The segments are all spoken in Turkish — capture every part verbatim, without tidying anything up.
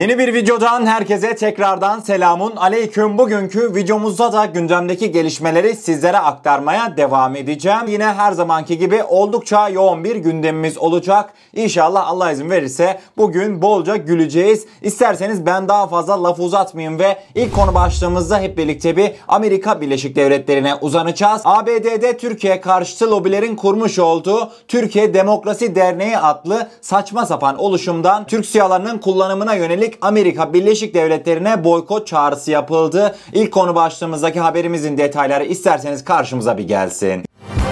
Yeni bir videodan herkese tekrardan selamun aleyküm. Bugünkü videomuzda da gündemdeki gelişmeleri sizlere aktarmaya devam edeceğim. Yine her zamanki gibi oldukça yoğun bir gündemimiz olacak. İnşallah Allah izin verirse bugün bolca güleceğiz. İsterseniz ben daha fazla laf uzatmayayım ve ilk konu başlığımızda hep birlikte bir Amerika Birleşik Devletleri'ne uzanacağız. A B D'de Türkiye karşıtı lobilerin kurmuş olduğu Türkiye Demokrasi Derneği adlı saçma sapan oluşumdan Türk SİHA'larının kullanımına yönelik Amerika Birleşik Devletleri'ne boykot çağrısı yapıldı. İlk konu başlığımızdaki haberimizin detayları isterseniz karşımıza bir gelsin.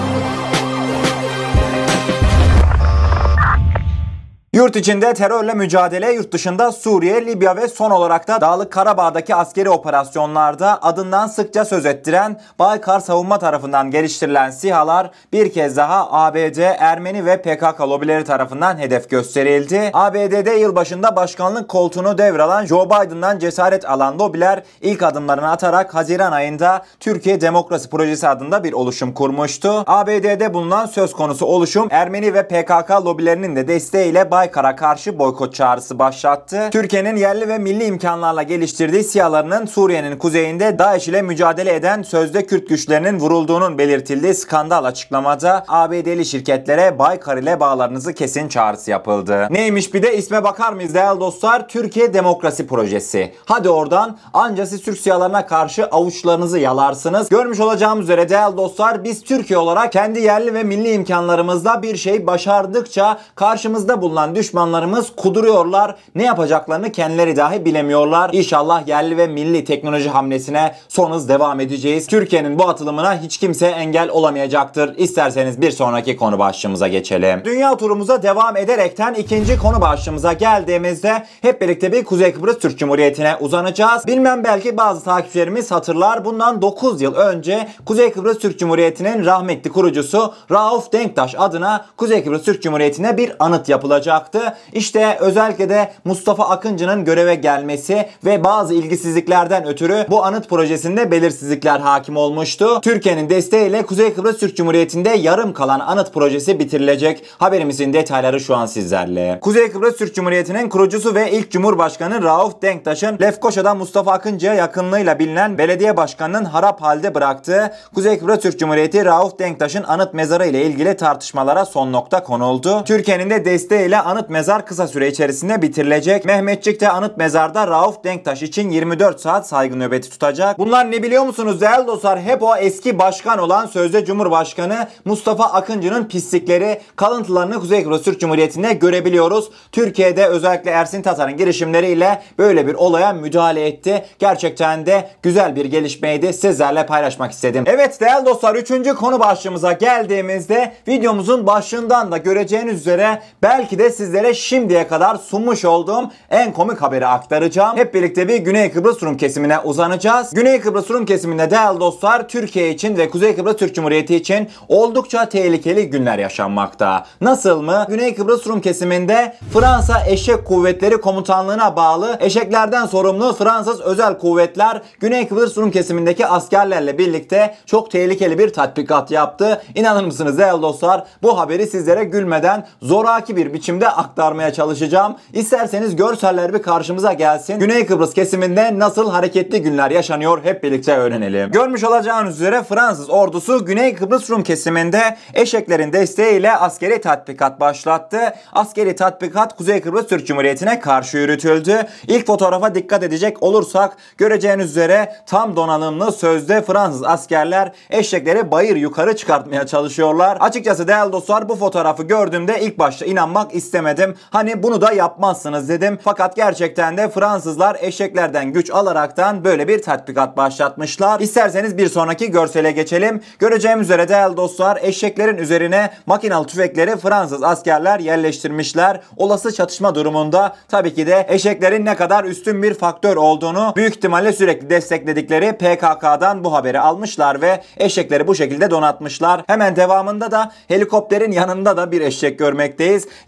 Yurt içinde terörle mücadele, yurt dışında Suriye, Libya ve son olarak da Dağlık Karabağ'daki askeri operasyonlarda adından sıkça söz ettiren Baykar Savunma tarafından geliştirilen SİHA'lar bir kez daha A B D, Ermeni ve P K K lobileri tarafından hedef gösterildi. A B D'de yılbaşında başkanlık koltuğunu devralan Joe Biden'dan cesaret alan lobiler ilk adımlarını atarak Haziran ayında Türkiye Demokrasi Projesi adında bir oluşum kurmuştu. A B D'de bulunan söz konusu oluşum Ermeni ve P K K lobilerinin de desteğiyle Baykar'a karşı boykot çağrısı başlattı. Türkiye'nin yerli ve milli imkanlarla geliştirdiği SİHA'larının Suriye'nin kuzeyinde DAEŞ ile mücadele eden sözde Kürt güçlerinin vurulduğunun belirtildiği skandal açıklamada A B D'li şirketlere Baykar ile bağlarınızı kesin çağrısı yapıldı. Neymiş bir de isme bakar mıyız değerli dostlar? Türkiye Demokrasi Projesi. Hadi oradan, anca siz Türk SİHA'larına karşı avuçlarınızı yalarsınız. Görmüş olacağımız üzere değerli dostlar, biz Türkiye olarak kendi yerli ve milli imkanlarımızla bir şey başardıkça karşımızda bulunan düşmanlarımız kuduruyorlar. Ne yapacaklarını kendileri dahi bilemiyorlar. İnşallah yerli ve milli teknoloji hamlesine son hız devam edeceğiz. Türkiye'nin bu atılımına hiç kimse engel olamayacaktır. İsterseniz bir sonraki konu başlığımıza geçelim. Dünya turumuza devam ederekten ikinci konu başlığımıza geldiğimizde hep birlikte bir Kuzey Kıbrıs Türk Cumhuriyeti'ne uzanacağız. Bilmem, belki bazı takipçilerimiz hatırlar. Bundan dokuz yıl önce Kuzey Kıbrıs Türk Cumhuriyeti'nin rahmetli kurucusu Rauf Denktaş adına Kuzey Kıbrıs Türk Cumhuriyeti'ne bir anıt yapılacaktı. İşte özellikle de Mustafa Akıncı'nın göreve gelmesi ve bazı ilgisizliklerden ötürü bu anıt projesinde belirsizlikler hakim olmuştu. Türkiye'nin desteğiyle Kuzey Kıbrıs Türk Cumhuriyeti'nde yarım kalan anıt projesi bitirilecek. Haberimizin detayları şu an sizlerle. Kuzey Kıbrıs Türk Cumhuriyeti'nin kurucusu ve ilk Cumhurbaşkanı Rauf Denktaş'ın Lefkoşa'da Mustafa Akıncı'ya yakınlığıyla bilinen belediye başkanının harap halde bıraktığı Kuzey Kıbrıs Türk Cumhuriyeti Rauf Denktaş'ın anıt mezarı ile ilgili tartışmalara son nokta konuldu. Türkiye'nin de desteğiyle anıt mezar kısa süre içerisinde bitirilecek. Mehmetçik de anıt mezarda Rauf Denktaş için yirmi dört saat saygı nöbeti tutacak. Bunlar ne biliyor musunuz değerli dostlar? Hep o eski başkan olan sözde Cumhurbaşkanı Mustafa Akıncı'nın pislikleri, kalıntılarını Kuzey Kıbrıs Türk Cumhuriyeti'nde görebiliyoruz. Türkiye'de özellikle Ersin Tatar'ın girişimleriyle böyle bir olaya müdahale etti. Gerçekten de güzel bir gelişmeydi. Sizlerle paylaşmak istedim. Evet değerli dostlar, üçüncü konu başlığımıza geldiğimizde videomuzun başlığından da göreceğiniz üzere belki de sizlere şimdiye kadar sunmuş olduğum en komik haberi aktaracağım. Hep birlikte bir Güney Kıbrıs Rum kesimine uzanacağız. Güney Kıbrıs Rum kesiminde değerli dostlar, Türkiye için ve Kuzey Kıbrıs Türk Cumhuriyeti için oldukça tehlikeli günler yaşanmakta. Nasıl mı? Güney Kıbrıs Rum kesiminde Fransa Eşek Kuvvetleri Komutanlığı'na bağlı eşeklerden sorumlu Fransız özel kuvvetler Güney Kıbrıs Rum kesimindeki askerlerle birlikte çok tehlikeli bir tatbikat yaptı. İnanır mısınız değerli dostlar, bu haberi sizlere gülmeden zoraki bir biçimde aktarmaya çalışacağım. İsterseniz görseller bir karşımıza gelsin. Güney Kıbrıs kesiminde nasıl hareketli günler yaşanıyor hep birlikte öğrenelim. Görmüş olacağınız üzere Fransız ordusu Güney Kıbrıs Rum kesiminde eşeklerin desteğiyle askeri tatbikat başlattı. Askeri tatbikat Kuzey Kıbrıs Türk Cumhuriyeti'ne karşı yürütüldü. İlk fotoğrafa dikkat edecek olursak göreceğiniz üzere tam donanımlı sözde Fransız askerler eşekleri bayır yukarı çıkartmaya çalışıyorlar. Açıkçası değerli dostlar, bu fotoğrafı gördüğümde ilk başta inanmak istemedim. Hani bunu da yapmazsınız dedim. Fakat gerçekten de Fransızlar eşeklerden güç alaraktan böyle bir tatbikat başlatmışlar. İsterseniz bir sonraki görsele geçelim. Göreceğimiz üzere değerli dostlar, eşeklerin üzerine makinalı tüfekleri Fransız askerler yerleştirmişler. Olası çatışma durumunda tabii ki de eşeklerin ne kadar üstün bir faktör olduğunu büyük ihtimalle sürekli destekledikleri P K K'dan bu haberi almışlar ve eşekleri bu şekilde donatmışlar. Hemen devamında da helikopterin yanında da bir eşek görmekteyiz. Yazık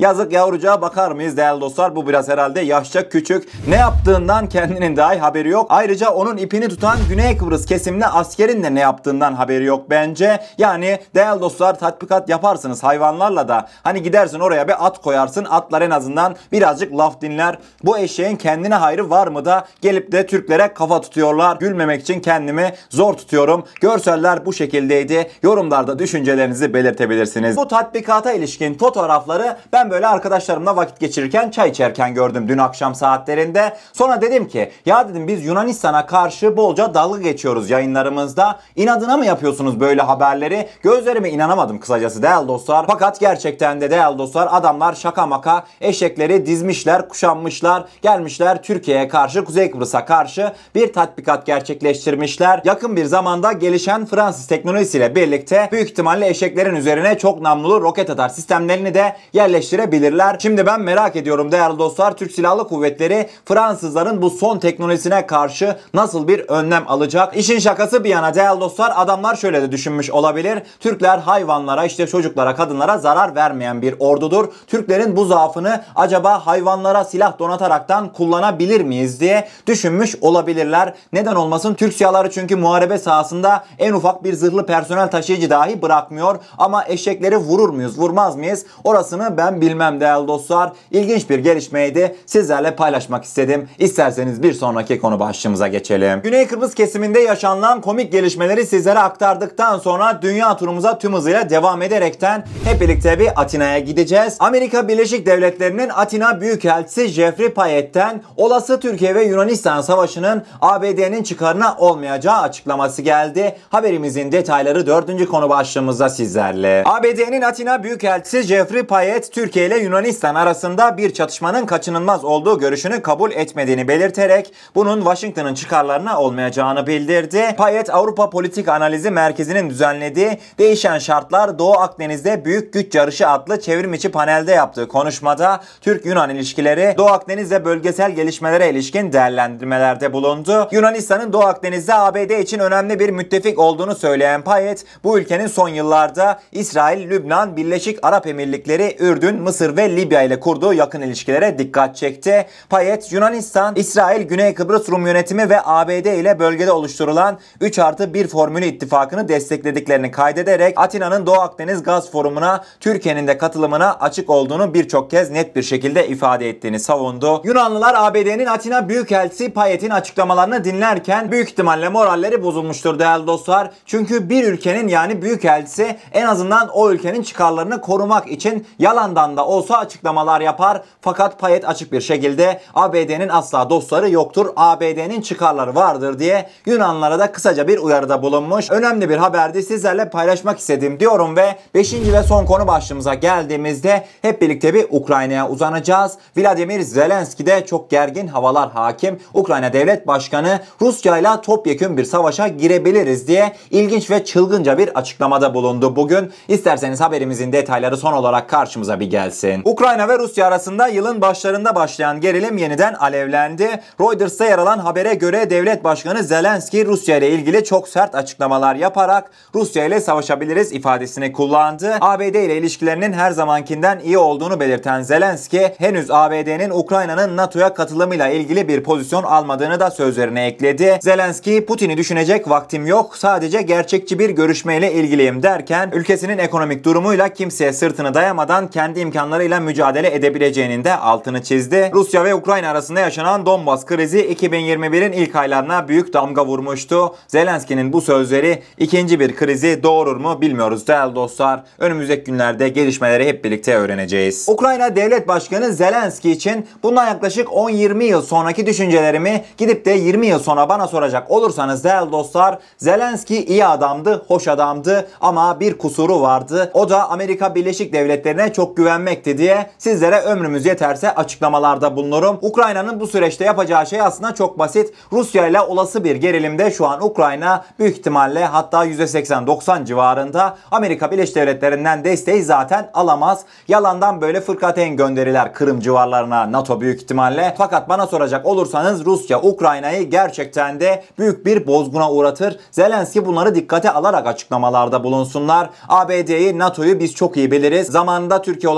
yavrucağa bakar mıyız değerli dostlar? Bu biraz herhalde yaşça küçük. Ne yaptığından kendinin dahi haberi yok. Ayrıca onun ipini tutan Güney Kıbrıs kesimli askerin de ne yaptığından haberi yok bence. Yani değerli dostlar, tatbikat yaparsınız hayvanlarla da. Hani gidersin oraya bir at koyarsın. Atlar en azından birazcık laf dinler. Bu eşeğin kendine hayrı var mı da gelip de Türklere kafa tutuyorlar. Gülmemek için kendimi zor tutuyorum. Görseller bu şekildeydi. Yorumlarda düşüncelerinizi belirtebilirsiniz. Bu tatbikata ilişkin fotoğrafları ben böyle arkadaşlarımla vakit geçirirken, çay içerken gördüm dün akşam saatlerinde. Sonra dedim ki ya dedim biz Yunanistan'a karşı bolca dalga geçiyoruz yayınlarımızda. İnadına mı yapıyorsunuz böyle haberleri? Gözlerime inanamadım kısacası değerli dostlar. Fakat gerçekten de değerli dostlar, adamlar şaka maka eşekleri dizmişler, kuşanmışlar, gelmişler Türkiye'ye karşı, Kuzey Kıbrıs'a karşı bir tatbikat gerçekleştirmişler. Yakın bir zamanda gelişen Fransız teknolojisiyle birlikte büyük ihtimalle eşeklerin üzerine çok namlulu roket atar sistemlerini de yerleştirebilirler. Şimdi ben merak ediyorum değerli dostlar, Türk Silahlı Kuvvetleri Fransızların bu son teknolojisine karşı nasıl bir önlem alacak? İşin şakası bir yana değerli dostlar, adamlar şöyle de düşünmüş olabilir. Türkler hayvanlara, işte çocuklara, kadınlara zarar vermeyen bir ordudur. Türklerin bu zaafını acaba hayvanlara silah donataraktan kullanabilir miyiz diye düşünmüş olabilirler. Neden olmasın? Türk silahları çünkü muharebe sahasında en ufak bir zırhlı personel taşıyıcı dahi bırakmıyor. Ama eşekleri vurur muyuz, vurmaz mıyız? Orasını ben bilmem değerli dostlar. İlginç bir gelişmeydi. Sizlerle paylaşmak istedim. İsterseniz bir sonraki konu başlığımıza geçelim. Güney Kıbrıs kesiminde yaşanılan komik gelişmeleri sizlere aktardıktan sonra dünya turumuza tüm hızıyla devam ederekten hep birlikte bir Atina'ya gideceğiz. Amerika Birleşik Devletleri'nin Atina Büyükelçisi Jeffrey Payette'ten olası Türkiye ve Yunanistan savaşının A B D'nin çıkarına olmayacağı açıklaması geldi. Haberimizin detayları dördüncü konu başlığımızda sizlerle. A B D'nin Atina Büyükelçisi Jeffrey Payet, Türkiye ile Yunanistan arasında bir çatışmanın kaçınılmaz olduğu görüşünü kabul etmediğini belirterek bunun Washington'ın çıkarlarına olmayacağını bildirdi. Payet, Avrupa Politik Analizi Merkezi'nin düzenlediği Değişen Şartlar Doğu Akdeniz'de Büyük Güç Yarışı adlı çevrimiçi panelde yaptığı konuşmada Türk-Yunan ilişkileri, Doğu Akdeniz ve bölgesel gelişmelere ilişkin değerlendirmelerde bulundu. Yunanistan'ın Doğu Akdeniz'de A B D için önemli bir müttefik olduğunu söyleyen Payet, bu ülkenin son yıllarda İsrail, Lübnan, Birleşik Arap Emirlikleri, Ürdün, Mısır ve Libya ile kurduğu yakın ilişkilere dikkat çekti. Payet, Yunanistan, İsrail, Güney Kıbrıs Rum yönetimi ve A B D ile bölgede oluşturulan üç artı bir formülü ittifakını desteklediklerini kaydederek Atina'nın Doğu Akdeniz Gaz Forumu'na Türkiye'nin de katılımına açık olduğunu birçok kez net bir şekilde ifade ettiğini savundu. Yunanlılar A B D'nin Atina Büyükelçisi Payet'in açıklamalarını dinlerken büyük ihtimalle moralleri bozulmuştur değerli dostlar. Çünkü bir ülkenin, yani Büyükelçisi, en azından o ülkenin çıkarlarını korumak için yalandan da olsa açıklamalar yapar. Fakat Payet açık bir şekilde A B D'nin asla dostları yoktur, A B D'nin çıkarları vardır diye Yunanlılara da kısaca bir uyarıda bulunmuş. Önemli bir haberdi, sizlerle paylaşmak istedim diyorum ve beşinci ve son konu başlığımıza geldiğimizde hep birlikte bir Ukrayna'ya uzanacağız. Vladimir Zelenski'de çok gergin havalar hakim. Ukrayna Devlet Başkanı Rusya ile topyekün bir savaşa girebiliriz diye ilginç ve çılgınca bir açıklamada bulundu bugün. İsterseniz haberimizin detayları son olarak karşımıza bir gelsin. Ukrayna ve Rusya arasında yılın başlarında başlayan gerilim yeniden alevlendi. Reuters'ta yer alan habere göre Devlet Başkanı Zelenski Rusya ile ilgili çok sert açıklamalar yaparak Rusya ile savaşabiliriz ifadesini kullandı. A B D ile ilişkilerinin her zamankinden iyi olduğunu belirten Zelenski, henüz A B D'nin Ukrayna'nın NATO'ya katılımıyla ilgili bir pozisyon almadığını da sözlerine ekledi. Zelenski, Putin'i düşünecek vaktim yok, sadece gerçekçi bir görüşmeyle ilgiliyim derken ülkesinin ekonomik durumuyla kimseye sırtını dayamadan kendi imkanlarıyla mücadele edebileceğinin de altını çizdi. Rusya ve Ukrayna arasında yaşanan Donbas krizi iki bin yirmi birin ilk aylarına büyük damga vurmuştu. Zelenski'nin bu sözleri ikinci bir krizi doğurur mu bilmiyoruz değerli dostlar. Önümüzdeki günlerde gelişmeleri hep birlikte öğreneceğiz. Ukrayna Devlet Başkanı Zelenski için bundan yaklaşık on yirmi yıl sonraki düşüncelerimi gidip de yirmi yıl sonra bana soracak olursanız değerli dostlar, Zelenski iyi adamdı, hoş adamdı ama bir kusuru vardı. O da Amerika Birleşik Devletleri'ne çok güvenmekti diye sizlere ömrümüz yeterse açıklamalarda bulunurum. Ukrayna'nın bu süreçte yapacağı şey aslında çok basit. Rusya ile olası bir gerilimde şu an Ukrayna büyük ihtimalle, hatta yüzde seksen doksan civarında Amerika Birleşik Devletleri'nden desteği zaten alamaz. Yalandan böyle fırkateyn gönderiler Kırım civarlarına NATO büyük ihtimalle. Fakat bana soracak olursanız Rusya Ukrayna'yı gerçekten de büyük bir bozguna uğratır. Zelenski bunları dikkate alarak açıklamalarda bulunsunlar. A B D'yi, NATO'yu biz çok iyi biliriz. Zamanında Türkiye olarak Zeydin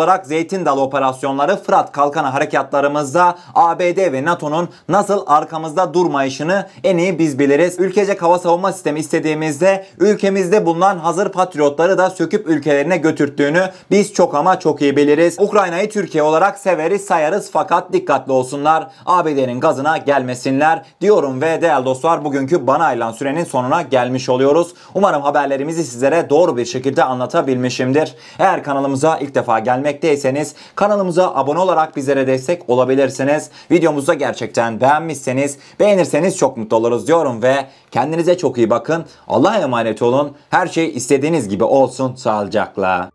Zeytin Dalı operasyonları, Fırat Kalkanı harekatlarımızda A B D ve NATO'nun nasıl arkamızda durmayışını en iyi biz biliriz. Ülkecek hava savunma sistemi istediğimizde ülkemizde bulunan hazır patriotları da söküp ülkelerine götürttüğünü biz çok ama çok iyi biliriz. Ukrayna'yı Türkiye olarak severiz sayarız fakat dikkatli olsunlar. A B D'nin gazına gelmesinler diyorum ve değerli dostlar, bugünkü bana ayrılan sürenin sonuna gelmiş oluyoruz. Umarım haberlerimizi sizlere doğru bir şekilde anlatabilmişimdir. Eğer kanalımıza ilk defa gelmekteyseniz kanalımıza abone olarak bizlere destek olabilirsiniz. Videomuzu da gerçekten beğenmişseniz, beğenirseniz çok mutlu oluruz diyorum ve kendinize çok iyi bakın. Allah'a emanet olun. Her şey istediğiniz gibi olsun. Sağlıcakla.